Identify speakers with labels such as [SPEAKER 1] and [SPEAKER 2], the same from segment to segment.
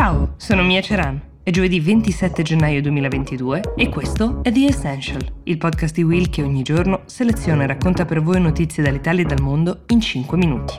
[SPEAKER 1] Ciao, sono Mia Ceran. È giovedì 27 gennaio 2022 e questo è The Essential, il podcast di Will che ogni giorno seleziona e racconta per voi notizie dall'Italia e dal mondo in 5 minuti.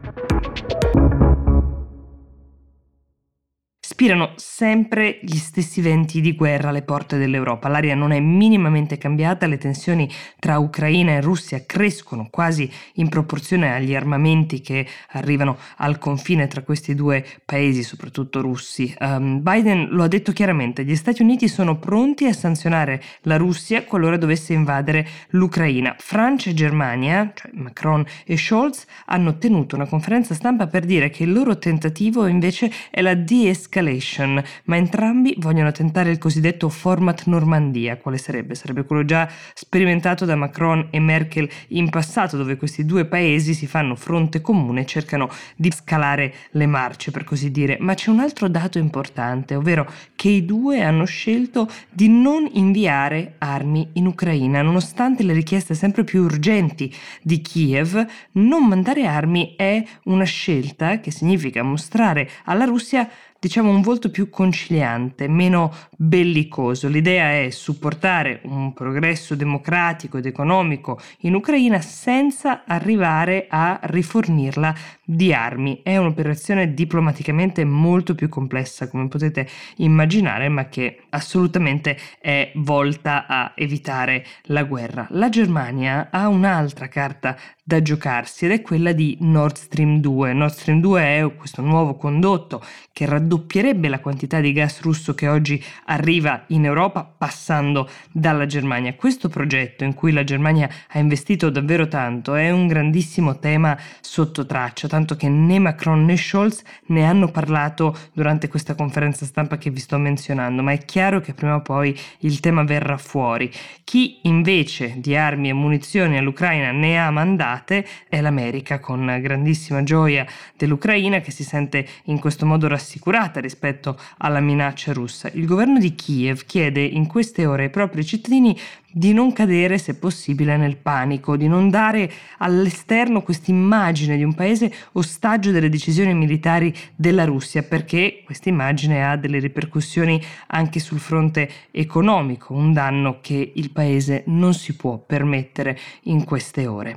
[SPEAKER 1] Spirano sempre gli stessi venti di guerra alle porte dell'Europa. L'aria non è minimamente cambiata, le tensioni tra Ucraina e Russia crescono quasi in proporzione agli armamenti che arrivano al confine tra questi due paesi, soprattutto russi. Biden lo ha detto chiaramente, gli Stati Uniti sono pronti a sanzionare la Russia qualora dovesse invadere l'Ucraina. Francia e Germania, cioè Macron e Scholz, hanno tenuto una conferenza stampa per dire che il loro tentativo invece è la de-escalation, ma entrambi vogliono tentare il cosiddetto format Normandia. Quale sarebbe? Sarebbe quello già sperimentato da Macron e Merkel in passato, dove questi due paesi si fanno fronte comune e cercano di scalare le marce, per così dire. Ma c'è un altro dato importante, ovvero che i due hanno scelto di non inviare armi in Ucraina, nonostante le richieste sempre più urgenti di Kiev. Non mandare armi è una scelta che significa mostrare alla Russia un volto più conciliante, meno bellicoso. L'idea è supportare un progresso democratico ed economico in Ucraina senza arrivare a rifornirla di armi. È un'operazione diplomaticamente molto più complessa, come potete immaginare, ma che assolutamente è volta a evitare la guerra. La Germania ha un'altra carta da giocarsi ed è quella di Nord Stream 2. Nord Stream 2 è questo nuovo condotto che raddoppierebbe la quantità di gas russo che oggi arriva in Europa passando dalla Germania. Questo progetto, in cui la Germania ha investito davvero tanto, è un grandissimo tema sotto traccia, tanto che né Macron né Scholz ne hanno parlato durante questa conferenza stampa che vi sto menzionando, ma è chiaro che prima o poi il tema verrà fuori. Chi invece di armi e munizioni all'Ucraina ne ha mandate è l'America, con grandissima gioia dell'Ucraina che si sente in questo modo rassicurata rispetto alla minaccia russa. Il governo di Kiev chiede in queste ore ai propri cittadini di non cadere, se possibile, nel panico, di non dare all'esterno questa immagine di un paese ostaggio delle decisioni militari della Russia, perché questa immagine ha delle ripercussioni anche sul fronte economico, un danno che il paese non si può permettere in queste ore.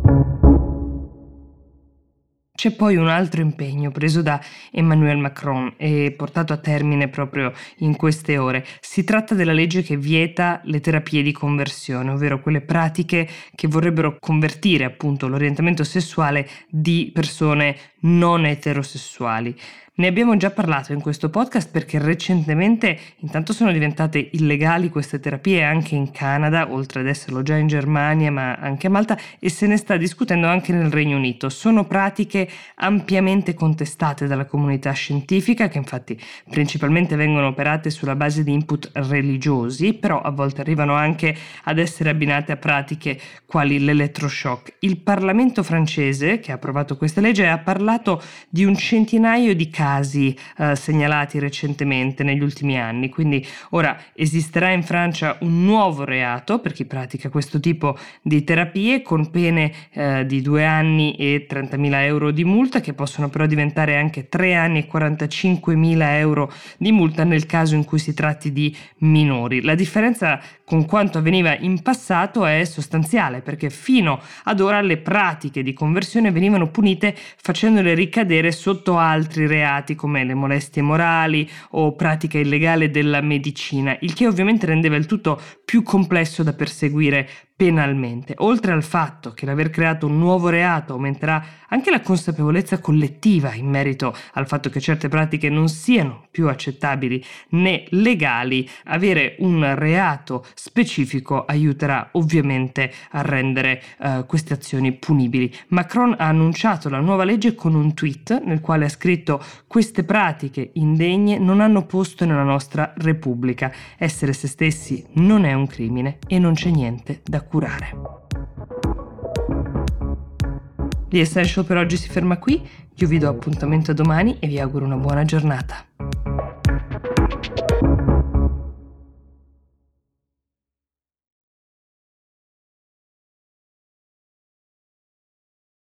[SPEAKER 1] C'è poi un altro impegno preso da Emmanuel Macron e portato a termine proprio in queste ore. Si tratta della legge che vieta le terapie di conversione, ovvero quelle pratiche che vorrebbero convertire appunto l'orientamento sessuale di persone non eterosessuali. Ne abbiamo già parlato in questo podcast perché recentemente intanto sono diventate illegali queste terapie anche in Canada, oltre ad esserlo già in Germania, ma anche a Malta, e se ne sta discutendo anche nel Regno Unito. Sono pratiche ampiamente contestate dalla comunità scientifica, che infatti principalmente vengono operate sulla base di input religiosi, però a volte arrivano anche ad essere abbinate a pratiche quali l'elettroshock. Il Parlamento francese, che ha approvato questa legge, ha parlato di un centinaio di casi segnalati recentemente negli ultimi anni, quindi ora esisterà in Francia un nuovo reato per chi pratica questo tipo di terapie, con pene di 2 anni e 30.000 euro di multa, che possono però diventare anche 3 anni e 45.000 euro di multa nel caso in cui si tratti di minori. La differenza con quanto avveniva in passato è sostanziale, perché fino ad ora le pratiche di conversione venivano punite facendole ricadere sotto altri reati come le molestie morali o pratica illegale della medicina, il che ovviamente rendeva il tutto più complesso da perseguire penalmente. Oltre al fatto che l'aver creato un nuovo reato aumenterà anche la consapevolezza collettiva in merito al fatto che certe pratiche non siano più accettabili né legali, avere un reato specifico aiuterà ovviamente a rendere queste azioni punibili. Macron ha annunciato la nuova legge con un tweet nel quale ha scritto: queste pratiche indegne non hanno posto nella nostra Repubblica. Essere se stessi non è un crimine e non c'è niente da curare. The Essential per oggi si ferma qui, io vi do appuntamento a domani e vi auguro una buona giornata.